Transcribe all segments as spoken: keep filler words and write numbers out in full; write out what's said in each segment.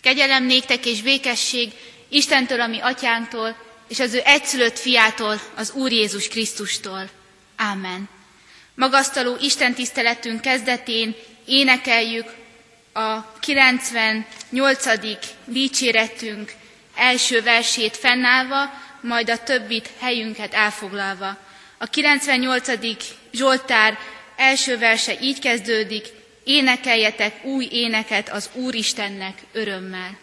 Kegyelem néktek és békesség Istentől, a mi atyánktól, és az ő egyszülött fiától, az Úr Jézus Krisztustól. Ámen. Magasztaló Isten tiszteletünk kezdetén énekeljük a kilencvennyolcadik dicséretünk első versét fennállva, majd a többit helyünket elfoglalva. A kilencvennyolcadik Zsoltár első verse így kezdődik: énekeljetek új éneket az Úristennek örömmel.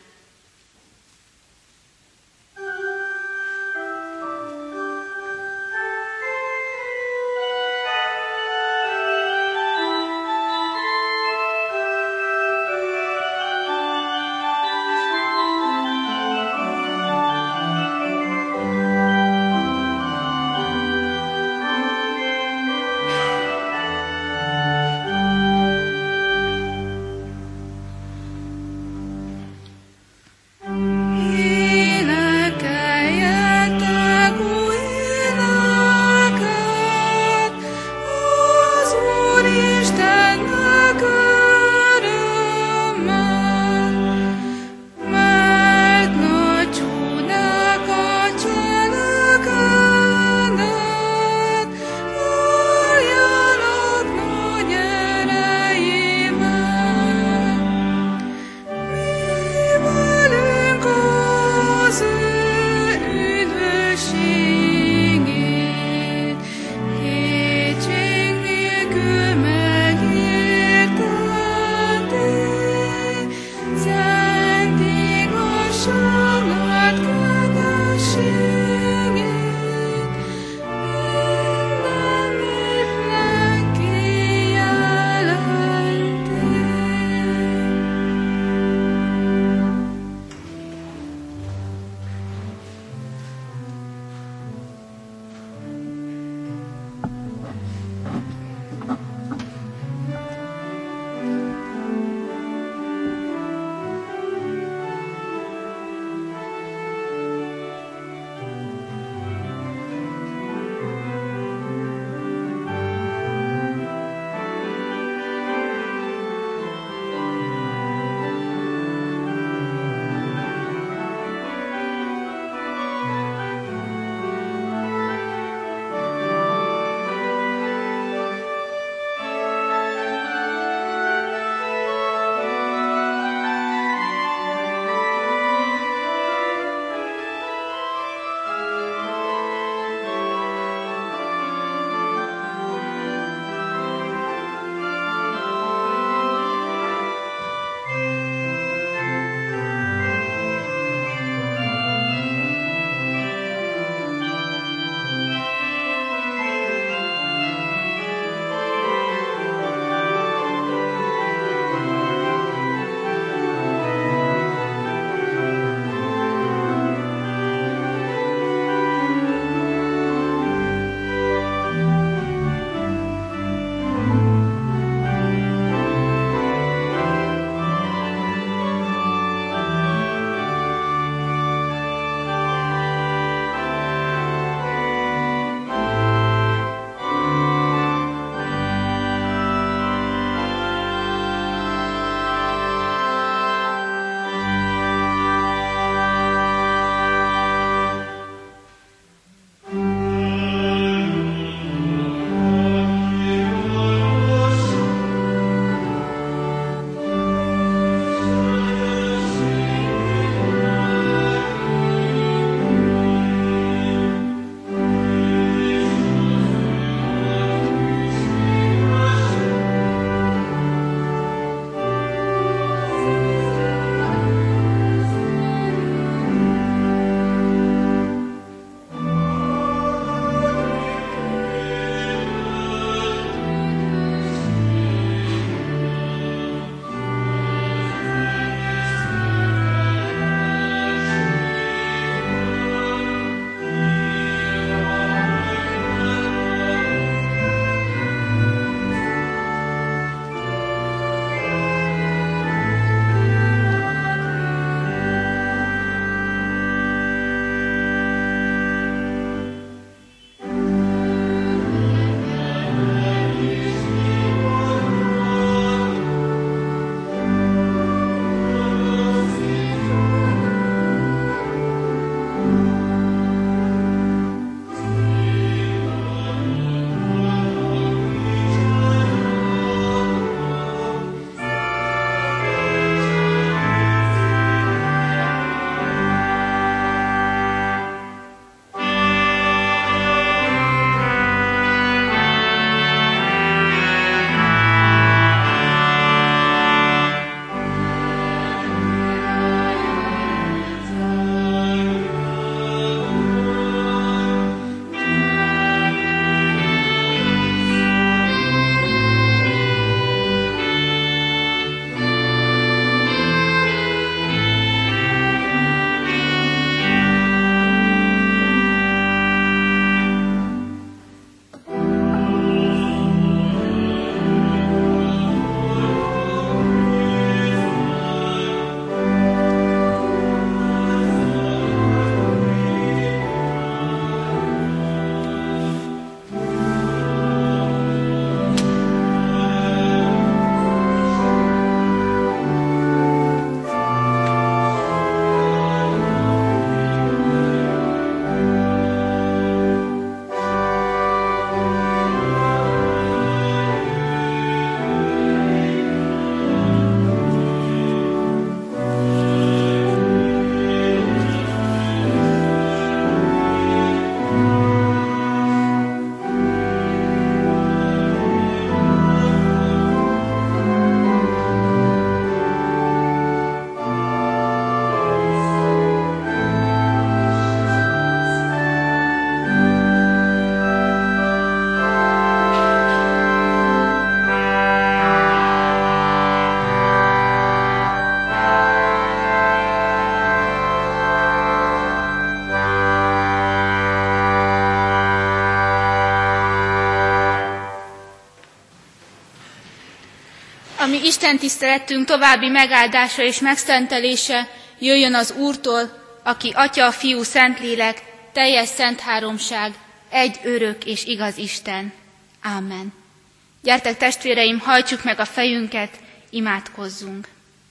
mai Isten tiszteletünk további megáldása és megszentelése jöjjön az Úrtól, aki Atya, Fiú, Szentlélek, teljes szent háromság, egy örök és igaz Isten. Ámen. Gyertek testvéreim, hajtsuk meg a fejünket, imádkozzunk.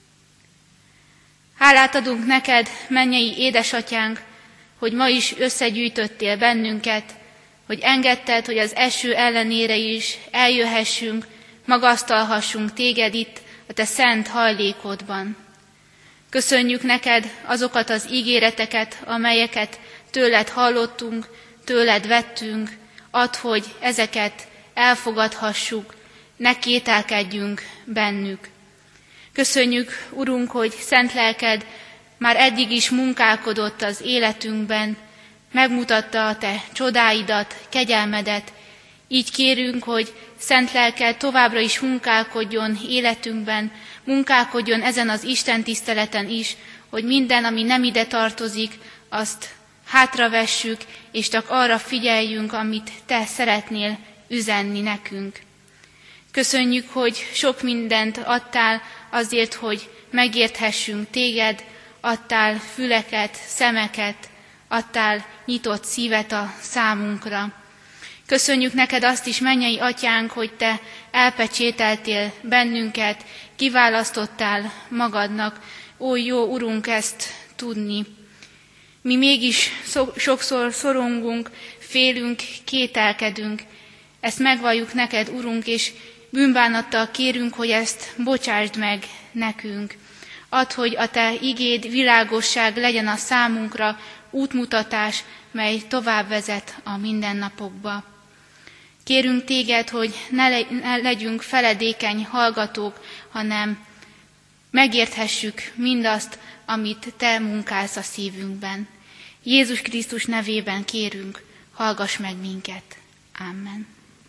Hálát adunk neked, mennyei édesatyánk, hogy ma is összegyűjtöttél bennünket, hogy engedted, hogy az eső ellenére is eljöhessünk, magasztalhassunk téged itt a te szent hajlékodban. Köszönjük neked azokat az ígéreteket, amelyeket tőled hallottunk, tőled vettünk, add, hogy ezeket elfogadhassuk, ne kételkedjünk bennük. Köszönjük, Urunk, hogy szent lelked már eddig is munkálkodott az életünkben, megmutatta a te csodáidat, kegyelmedet. Így kérünk, hogy szent lelked továbbra is munkálkodjon életünkben, munkálkodjon ezen az Isten tiszteleten is, hogy minden, ami nem ide tartozik, azt hátravessük, és csak arra figyeljünk, amit te szeretnél üzenni nekünk. Köszönjük, hogy sok mindent adtál azért, hogy megérthessünk téged, adtál füleket, szemeket, adtál nyitott szívet a számunkra. Köszönjük neked azt is, mennyei atyánk, hogy te elpecsételtél bennünket, kiválasztottál magadnak. Ó, jó Urunk, ezt tudni. Mi mégis sokszor szorongunk, félünk, kételkedünk. Ezt megvalljuk neked, Urunk, és bűnbánattal kérünk, hogy ezt bocsásd meg nekünk. Add, hogy a te igéd világosság legyen a számunkra, útmutatás, mely tovább vezet a mindennapokba. Kérünk téged, hogy ne, le, ne legyünk feledékeny hallgatók, hanem megérthessük mindazt, amit te munkálsz a szívünkben. Jézus Krisztus nevében kérünk, hallgass meg minket. Amen.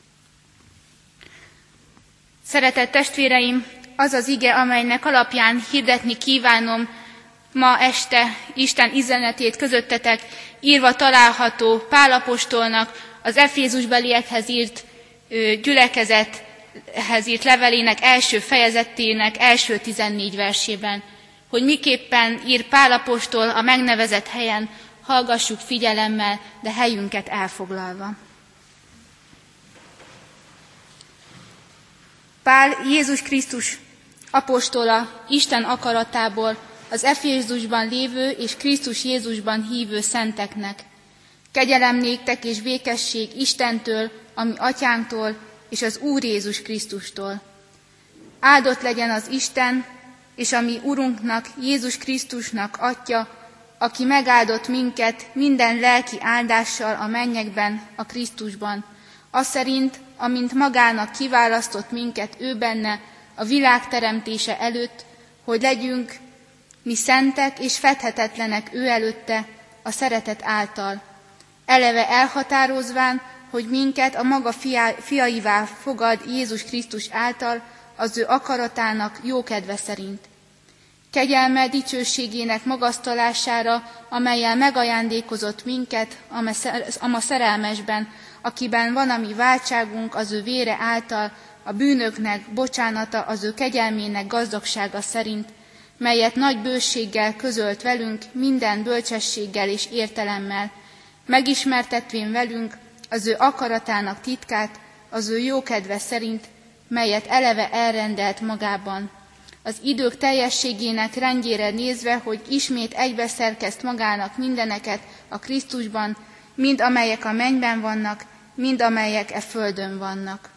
Szeretett testvéreim, az az ige, amelynek alapján hirdetni kívánom ma este Isten üzenetét közöttetek, írva található Pál apostolnak az Efézusbeliekhez írt gyülekezethez írt levelének első fejezetének első tizennégy versében. Hogy miképpen ír Pál apostol a megnevezett helyen, hallgassuk figyelemmel, de helyünket elfoglalva. Pál, Jézus Krisztus apostola, Isten akaratából, az Efézusban lévő és Krisztus Jézusban hívő szenteknek. Kegyelem néktek és békesség Istentől, ami atyánktól, és az Úr Jézus Krisztustól. Áldott legyen az Isten, és a mi Urunknak, Jézus Krisztusnak Atya, aki megáldott minket minden lelki áldással a mennyekben, a Krisztusban, az szerint, amint magának kiválasztott minket ő benne a világ teremtése előtt, hogy legyünk mi szentek és fedhetetlenek ő előtte a szeretet által, eleve elhatározván, hogy minket a maga fiá, fiaivá fogad Jézus Krisztus által az ő akaratának jókedve szerint. Kegyelme dicsőségének magasztalására, amellyel megajándékozott minket a ma szerelmesben, akiben van a mi váltságunk az ő vére által, a bűnöknek bocsánata az ő kegyelmének gazdagsága szerint, melyet nagy bőséggel közölt velünk minden bölcsességgel és értelemmel, megismertetvén velünk az ő akaratának titkát az ő jókedve szerint, melyet eleve elrendelt magában. Az idők teljességének rendjére nézve, hogy ismét egybeszerkeszt magának mindeneket a Krisztusban, mind amelyek a mennyben vannak, mind amelyek e földön vannak.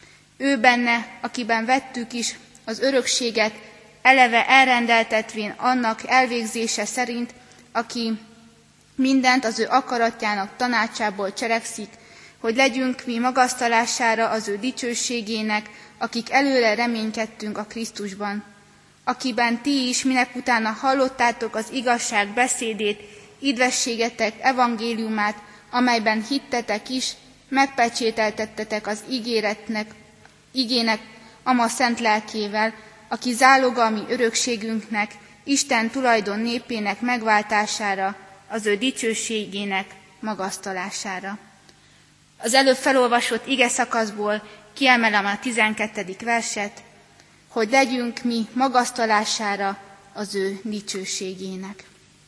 Ő benne, akiben vettük is az örökséget, eleve elrendeltetvén annak elvégzése szerint, aki mindent az ő akaratjának tanácsából cselekszik, hogy legyünk mi magasztalására az ő dicsőségének, akik előre reménykedtünk a Krisztusban, akiben ti is minekutána hallottátok az igazság beszédét, idvességetek evangéliumát, amelyben hittetek is, megpecsételtettetek az ígéretnek, igének ama szent lelkével, aki záloga a mi örökségünknek, Isten tulajdon népének megváltására, az ő dicsőségének magasztalására. Az előbb felolvasott ige szakaszból kiemelem a tizenkettedik verset, hogy legyünk mi magasztalására az ő dicsőségének.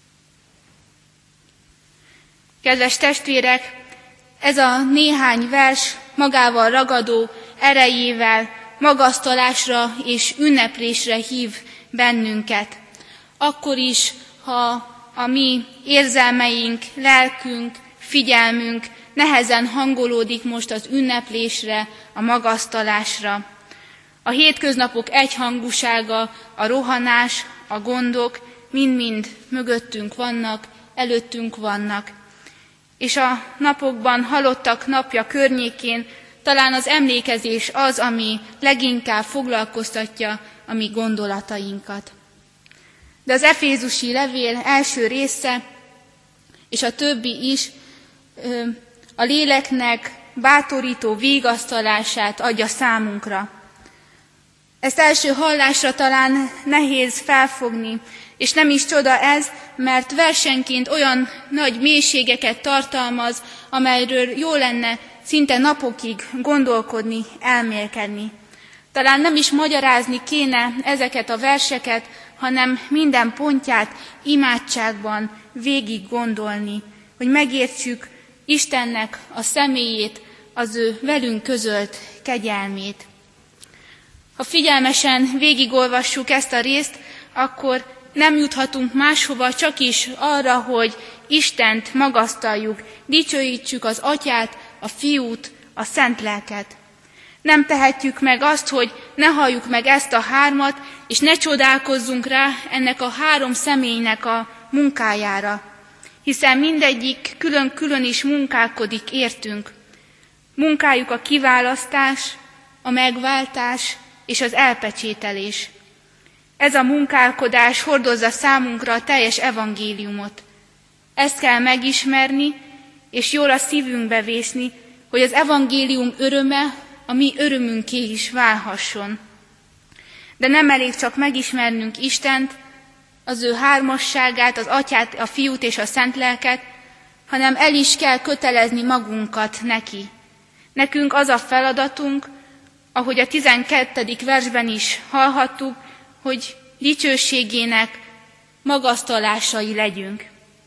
Kedves testvérek, ez a néhány vers magával ragadó erejével magasztalásra és ünneplésre hív bennünket. Akkor is, ha a mi érzelmeink, lelkünk, figyelmünk nehezen hangolódik most az ünneplésre, a magasztalásra. A hétköznapok egyhangúsága, a rohanás, a gondok mind-mind mögöttünk vannak, előttünk vannak. És a napokban halottak napja környékén talán az emlékezés az, ami leginkább foglalkoztatja a mi gondolatainkat. De az efézusi levél első része, és a többi is a léleknek bátorító vigasztalását adja számunkra. Ezt első hallásra talán nehéz felfogni, és nem is csoda ez, mert versenként olyan nagy mélységeket tartalmaz, amelyről jó lenne szinte napokig gondolkodni, elmélkedni. Talán nem is magyarázni kéne ezeket a verseket, hanem minden pontját imádságban végig gondolni, hogy megértsük Istennek a személyét, az ő velünk közölt kegyelmét. Ha figyelmesen végigolvassuk ezt a részt, akkor nem juthatunk máshova, csak is arra, hogy Istent magasztaljuk, dicsőítsük az Atyát, a Fiút, a Szent Lelket. Nem tehetjük meg azt, hogy ne halljuk meg ezt a hármat, és ne csodálkozzunk rá ennek a három személynek a munkájára, hiszen mindegyik külön-külön is munkálkodik értünk. Munkájuk a kiválasztás, a megváltás és az elpecsételés. Ez a munkálkodás hordozza számunkra a teljes evangéliumot. Ezt kell megismerni, és jól a szívünkbe vésni, hogy az evangélium öröme a mi örömünké is válhasson. De nem elég csak megismernünk Istent, az ő hármasságát, az Atyát, a Fiút és a Szent Lelket, hanem el is kell kötelezni magunkat neki. Nekünk az a feladatunk, ahogy a tizenkettedik versben is hallhattuk, hogy dicsőségének magasztalásai legyünk.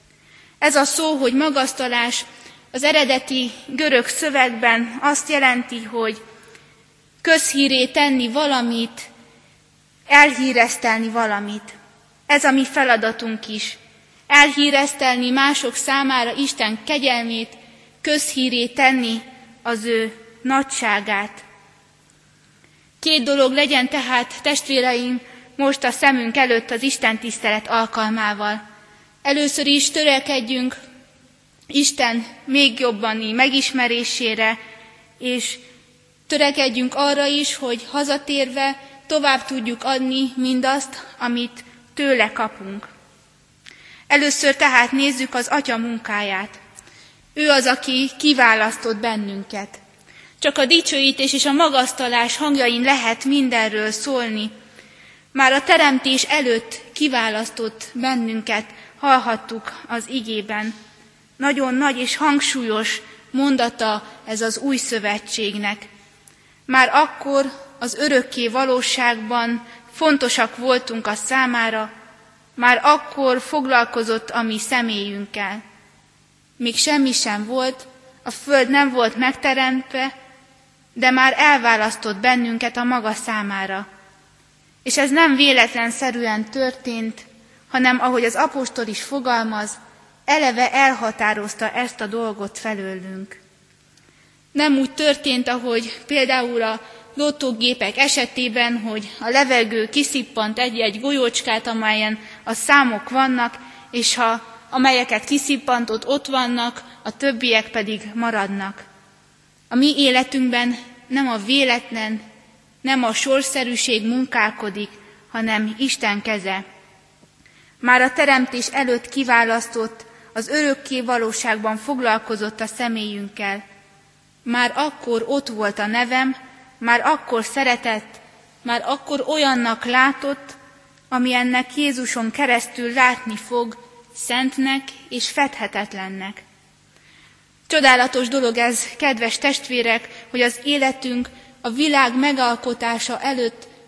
Ez a szó, hogy magasztalás, az eredeti görög szövegben azt jelenti, hogy közhíré tenni valamit, elhíresztelni valamit. Ez a mi feladatunk is. Elhíresztelni mások számára Isten kegyelmét, közhíré tenni az ő nagyságát. Két dolog legyen tehát, testvéreim, most a szemünk előtt az Isten tisztelet alkalmával. Először is törekedjünk Isten még jobbani megismerésére, és törekedjünk arra is, hogy hazatérve tovább tudjuk adni mindazt, amit tőle kapunk. Először tehát nézzük az Atya munkáját. Ő az, aki kiválasztott bennünket. Csak a dicsőítés és a magasztalás hangjain lehet mindenről szólni. Már a teremtés előtt kiválasztott bennünket, hallhattuk az igében. Nagyon nagy és hangsúlyos mondata ez az új szövetségnek. Már akkor az örökké valóságban fontosak voltunk a számára, már akkor foglalkozott a mi személyünkkel. Még semmi sem volt, a föld nem volt megteremtve, de már elválasztott bennünket a maga számára. És ez nem véletlenszerűen történt, hanem ahogy az apostol is fogalmaz, eleve elhatározta ezt a dolgot felőlünk. Nem úgy történt, ahogy például a lottógépek esetében, hogy a levegő kiszippant egy-egy golyócskát, amelyen a számok vannak, és ha amelyeket kiszippantott ott vannak, a többiek pedig maradnak. A mi életünkben nem a véletlen, nem a sorszerűség munkálkodik, hanem Isten keze. Már a teremtés előtt kiválasztott, az örökké valóságban foglalkozott a személyünkkel. Már akkor ott volt a nevem, már akkor szeretett, már akkor olyannak látott, amilyennek Jézuson keresztül látni fog, szentnek és fedhetetlennek. Csodálatos dolog ez, kedves testvérek, hogy az életünk a világ megalkotása előtt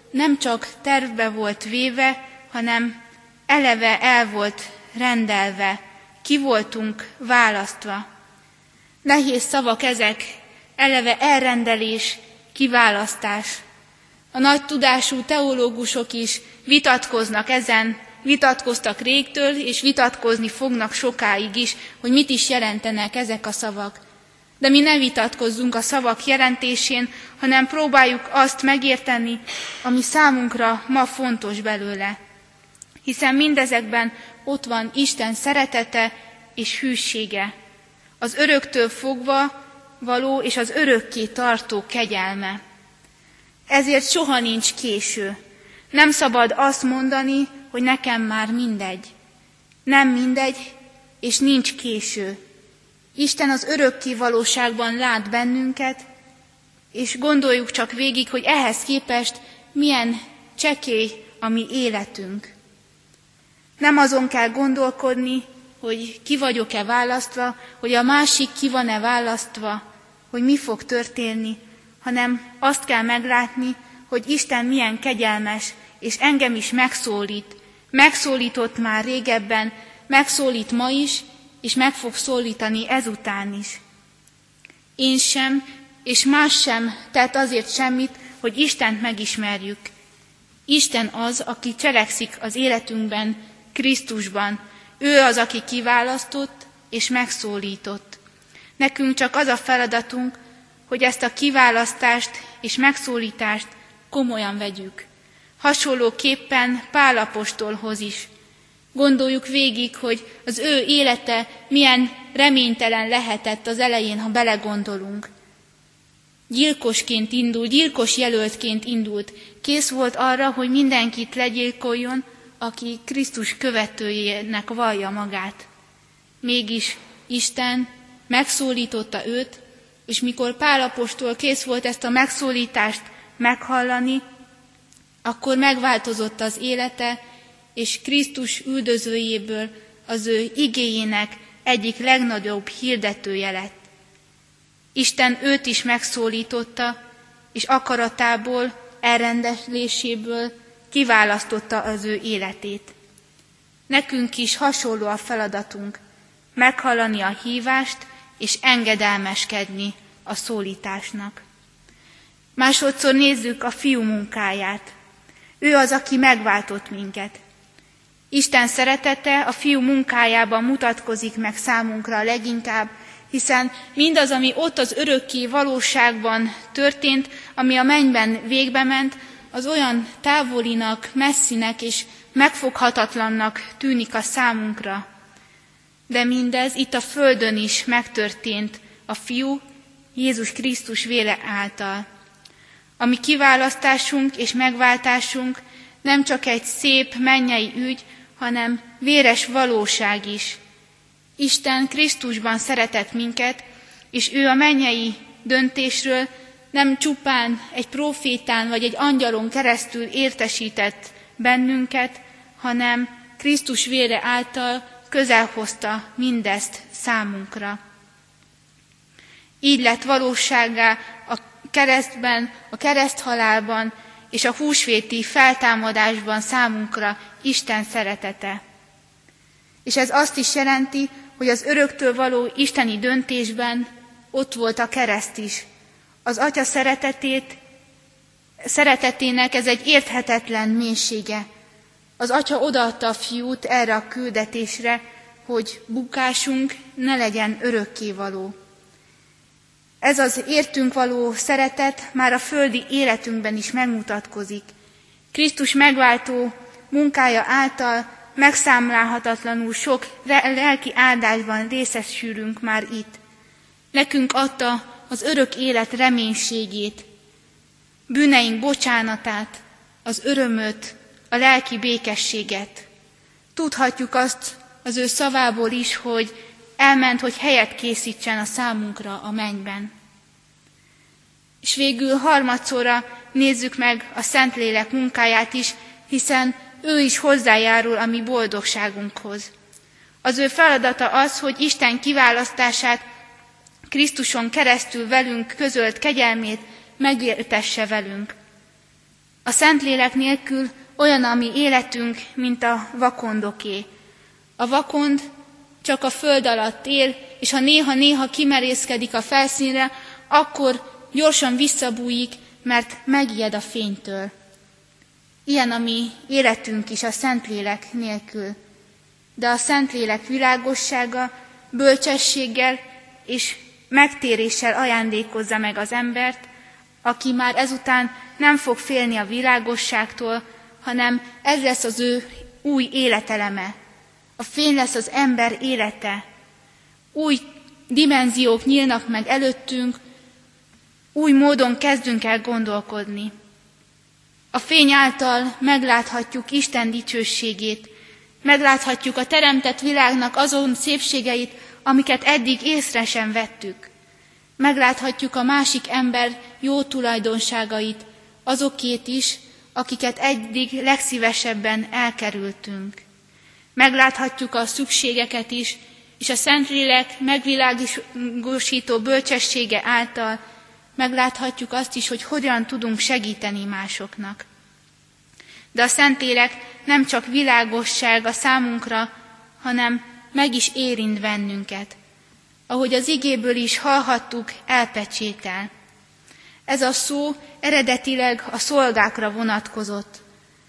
nem csak tervbe volt véve, hanem eleve el volt rendelve, ki voltunk választva. Nehéz szavak ezek, eleve elrendelés, kiválasztás. A nagy tudású teológusok is vitatkoznak ezen, vitatkoztak régtől, és vitatkozni fognak sokáig is, hogy mit is jelentenek ezek a szavak. De mi ne vitatkozzunk a szavak jelentésén, hanem próbáljuk azt megérteni, ami számunkra ma fontos belőle. Hiszen mindezekben ott van Isten szeretete és hűsége, az öröktől fogva való és az örökké tartó kegyelme. Ezért soha nincs késő. Nem szabad azt mondani, hogy nekem már mindegy. Nem mindegy, és nincs késő. Isten az örökké valóságban lát bennünket, és gondoljuk csak végig, hogy ehhez képest milyen csekély a mi életünk. Nem azon kell gondolkodni, hogy ki vagyok-e választva, hogy a másik ki van-e választva, hogy mi fog történni, hanem azt kell meglátni, hogy Isten milyen kegyelmes, és engem is megszólít. Megszólított már régebben, megszólít ma is, és meg fog szólítani ezután is. Én sem, és más sem tett azért semmit, hogy Istent megismerjük. Isten az, aki cselekszik az életünkben, Krisztusban. Ő az, aki kiválasztott és megszólított. Nekünk csak az a feladatunk, hogy ezt a kiválasztást és megszólítást komolyan vegyük. Hasonlóképpen Pál apostolhoz is. Gondoljuk végig, hogy az ő élete milyen reménytelen lehetett az elején, ha belegondolunk. Gyilkosként indult, gyilkos jelöltként indult. Kész volt arra, hogy mindenkit legyilkoljon, aki Krisztus követőjének vallja magát. Mégis Isten megszólította őt, és mikor Pál apostol kész volt ezt a megszólítást meghallani, akkor megváltozott az élete, és Krisztus üldözőjéből az ő igéjének egyik legnagyobb hirdetője lett. Isten őt is megszólította, és akaratából, elrendeléséből kiválasztotta az ő életét. Nekünk is hasonló a feladatunk, meghallani a hívást, és engedelmeskedni a szólításnak. Másodszor nézzük a Fiú munkáját. Ő az, aki megváltott minket. Isten szeretete a Fiú munkájában mutatkozik meg számunkra leginkább, hiszen mindaz, ami ott az örökké valóságban történt, ami a mennyben végbe ment, az olyan távolinak, messzinek és megfoghatatlannak tűnik a számunkra. De mindez itt a földön is megtörtént a Fiú, Jézus Krisztus vére által. A mi kiválasztásunk és megváltásunk nem csak egy szép mennyei ügy, hanem véres valóság is. Isten Krisztusban szeretett minket, és ő a mennyei döntésről nem csupán egy prófétán vagy egy angyalon keresztül értesített bennünket, hanem Krisztus vére által közelhozta mindezt számunkra. Így lett valósággá a keresztben, a kereszthalálban és a húsvéti feltámadásban számunkra Isten szeretete. És ez azt is jelenti, hogy az öröktől való isteni döntésben ott volt a kereszt is. Az Atya szeretetét, szeretetének ez egy érthetetlen mélysége. Az Atya odaadta a Fiút erre a küldetésre, hogy bukásunk ne legyen örökkévaló. Ez az értünk való szeretet már a földi életünkben is megmutatkozik. Krisztus megváltó munkája által megszámlálhatatlanul sok lelki áldásban részesülünk már itt. Nekünk adta az örök élet reménységét, bűneink bocsánatát, az örömöt, a lelki békességet. Tudhatjuk azt az ő szavából is, hogy elment, hogy helyet készítsen a számunkra a mennyben. És végül harmadszorra nézzük meg a Szentlélek munkáját is, hiszen ő is hozzájárul a mi boldogságunkhoz. Az ő feladata az, hogy Isten kiválasztását, Krisztuson keresztül velünk közölt kegyelmét megértesse velünk. A Szentlélek nélkül olyan a mi életünk, mint a vakondoké. A vakond csak a föld alatt él, és ha néha-néha kimerészkedik a felszínre, akkor gyorsan visszabújik, mert megijed a fénytől. Ilyen a mi életünk is a Szentlélek nélkül. De a Szentlélek világossága, bölcsességgel és megtéréssel ajándékozza meg az embert, aki már ezután nem fog félni a világosságtól, hanem ez lesz az ő új életeleme. A fény lesz az ember élete. Új dimenziók nyílnak meg előttünk, új módon kezdünk el gondolkodni. A fény által megláthatjuk Isten dicsőségét, megláthatjuk a teremtett világnak azon szépségeit, amiket eddig észre sem vettük. Megláthatjuk a másik ember jó tulajdonságait, azokét is, akiket eddig legszívesebben elkerültünk. Megláthatjuk a szükségeket is, és a Szentlélek megvilágosító bölcsessége által megláthatjuk azt is, hogy hogyan tudunk segíteni másoknak. De a Szentlélek nem csak világosság a számunkra, hanem meg is érint bennünket. Ahogy az igéből is hallhattuk, elpecsétel. Ez a szó eredetileg a szolgákra vonatkozott.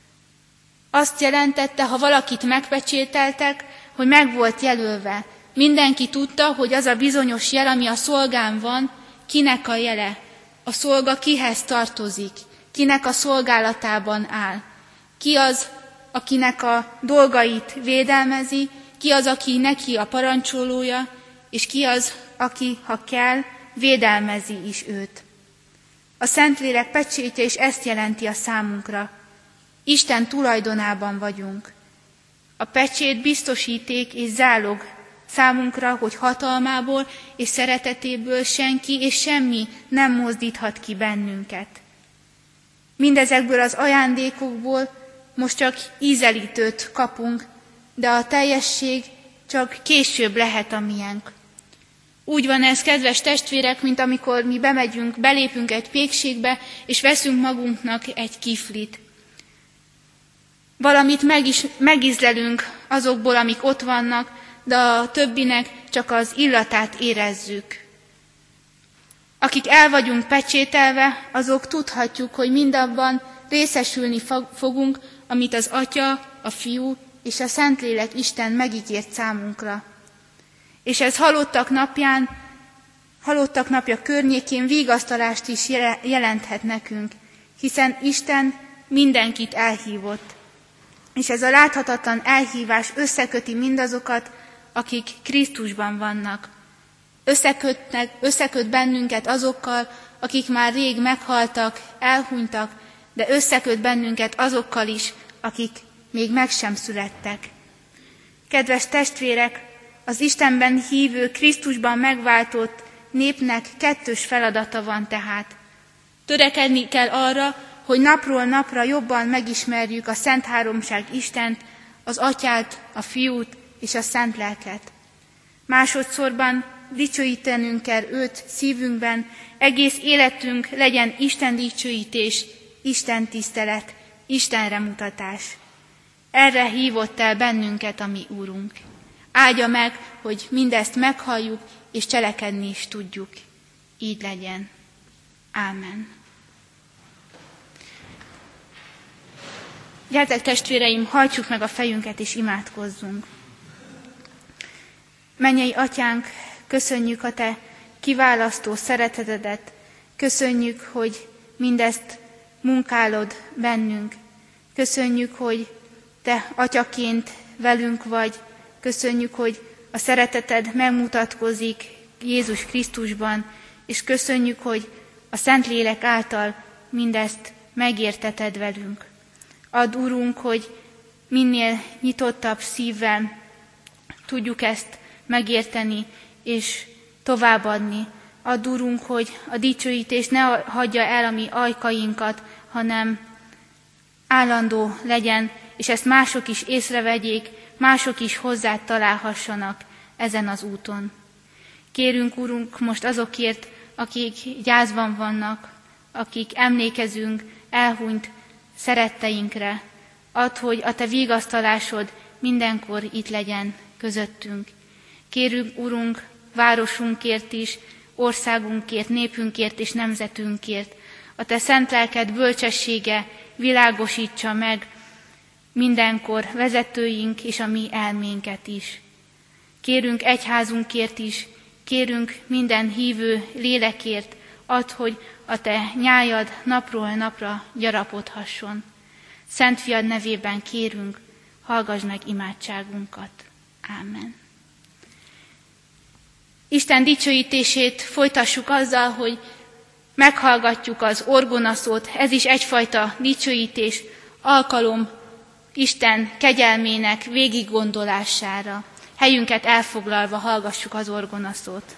Azt jelentette, ha valakit megpecsételtek, hogy meg volt jelölve. Mindenki tudta, hogy az a bizonyos jel, ami a szolgán van, kinek a jele. A szolga kihez tartozik, kinek a szolgálatában áll. Ki az, akinek a dolgait védelmezi, ki az, aki neki a parancsolója, és ki az, aki, ha kell, védelmezi is őt. A Szentlélek pecsétje is ezt jelenti a számunkra. Isten tulajdonában vagyunk. A pecsét biztosíték és zálog számunkra, hogy hatalmából és szeretetéből senki és semmi nem mozdíthat ki bennünket. Mindezekből az ajándékokból most csak ízelítőt kapunk, de a teljesség csak később lehet a miénk. Úgy van ez, kedves testvérek, mint amikor mi bemegyünk, belépünk egy pékségbe, és veszünk magunknak egy kiflit. Valamit meg is, megízlelünk azokból, amik ott vannak, de a többinek csak az illatát érezzük. Akik el vagyunk pecsételve, azok tudhatjuk, hogy mindabban részesülni fogunk, amit az Atya, a Fiú és a Szentlélek Isten megígért számunkra. És ez halottak napján, halottak napja környékén vigasztalást is jelenthet nekünk, hiszen Isten mindenkit elhívott. És ez a láthatatlan elhívás összeköti mindazokat, akik Krisztusban vannak. Összekötnek, összeköt bennünket azokkal, akik már rég meghaltak, elhunytak, de összeköt bennünket azokkal is, akik még meg sem születtek. Kedves testvérek, az Istenben hívő, Krisztusban megváltott népnek kettős feladata van tehát. Törekedni kell arra, hogy napról napra jobban megismerjük a Szent Háromság Istent, az Atyát, a Fiút és a Szent Lelket. Másodszorban dicsőítenünk kell őt szívünkben, egész életünk legyen Isten dicsőítés, Isten tisztelet, Istenre mutatás. Erre hívott el bennünket a mi Úrunk. Áldja meg, hogy mindezt meghalljuk, és cselekedni is tudjuk. Így legyen. Ámen. Gyertek, testvéreim, hajtsuk meg a fejünket, és imádkozzunk. Mennyei Atyánk, köszönjük a Te kiválasztó szeretetedet, köszönjük, hogy mindezt munkálod bennünk. Köszönjük, hogy Te Atyaként velünk vagy, köszönjük, hogy a szereteted megmutatkozik Jézus Krisztusban, és köszönjük, hogy a Szentlélek által mindezt megérteted velünk. Add, Urunk, hogy minél nyitottabb szívvel tudjuk ezt megérteni és továbbadni. Add, Urunk, hogy a dicsőítés ne hagyja el a mi ajkainkat, hanem állandó legyen, és ezt mások is észrevegyék, mások is hozzá találhassanak ezen az úton. Kérünk, Urunk, most azokért, akik gyászban vannak, akik emlékezünk elhunyt szeretteinkre. Add, hogy a Te vigasztalásod mindenkor itt legyen közöttünk. Kérünk, Urunk, városunkért is, országunkért, népünkért és nemzetünkért. A Te szent lelked bölcsessége világosítsa meg mindenkor vezetőink és a mi elménket is. Kérünk egyházunkért is, kérünk minden hívő lélekért, add, hogy a Te nyájad napról napra gyarapodhasson. Szent Fiad nevében kérünk, hallgass meg imádságunkat. Ámen. Isten dicsőítését folytassuk azzal, hogy meghallgatjuk az orgonaszót. Ez is egyfajta dicsőítés, alkalom Isten kegyelmének végiggondolására. Helyünket elfoglalva hallgassuk az orgonaszót.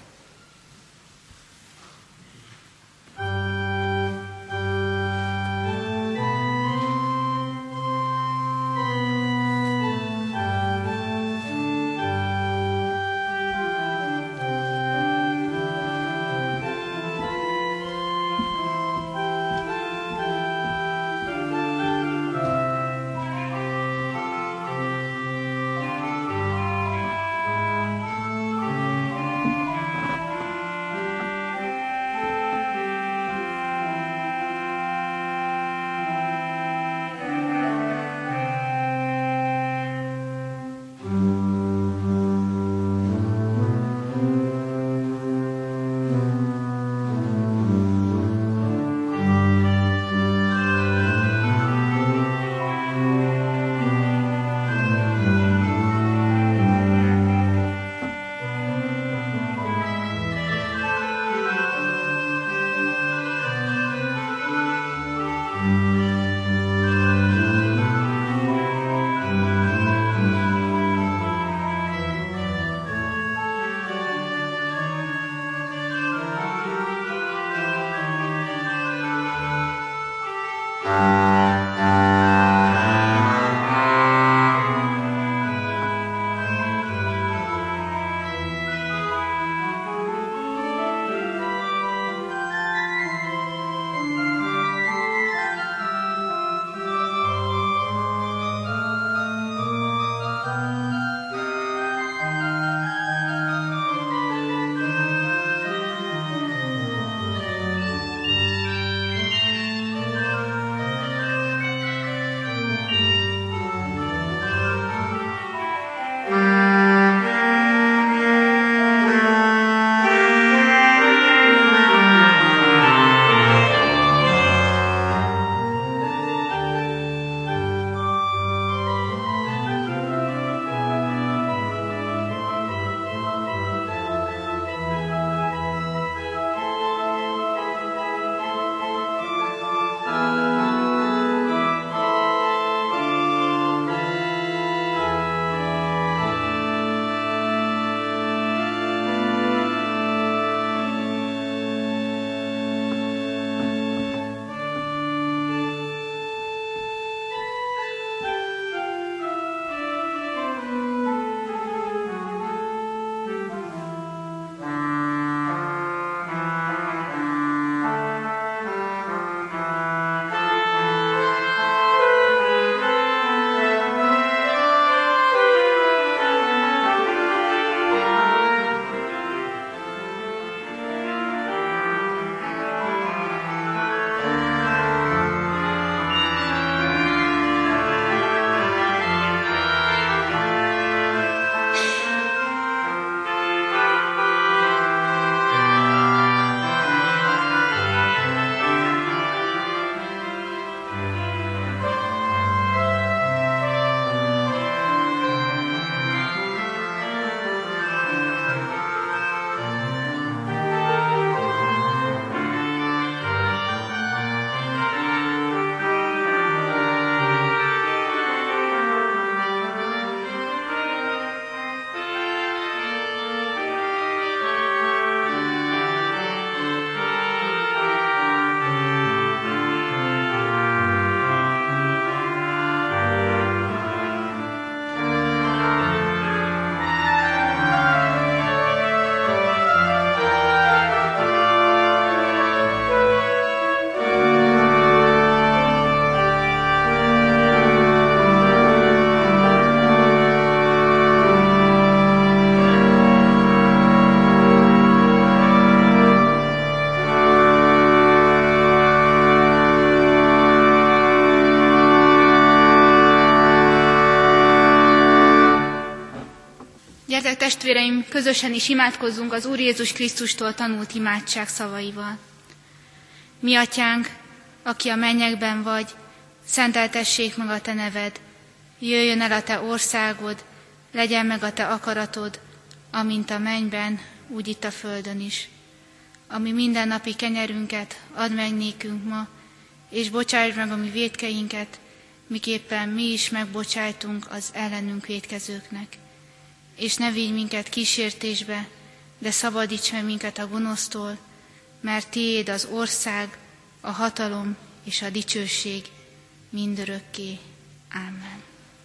Gyertek testvéreim, közösen is imádkozzunk az Úr Jézus Krisztustól tanult imádság szavaival. Mi atyánk, aki a mennyekben vagy, szenteltessék meg a te neved, jöjjön el a te országod, legyen meg a te akaratod, amint a mennyben, úgy itt a földön is. Ami mindennapi kenyerünket add meg nékünk ma, és bocsáss meg a mi vétkeinket, miképpen mi is megbocsájtunk az ellenünk vétkezőknek. És ne vigy minket kísértésbe, de szabadíts meg minket a gonosztól, mert tiéd az ország, a hatalom és a dicsőség mindörökké. Ámen.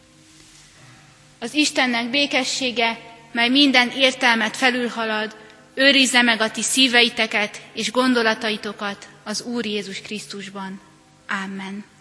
Az Istennek békessége, mely minden értelmet felülhalad, őrizze meg a ti szíveiteket és gondolataitokat az Úr Jézus Krisztusban. Ámen.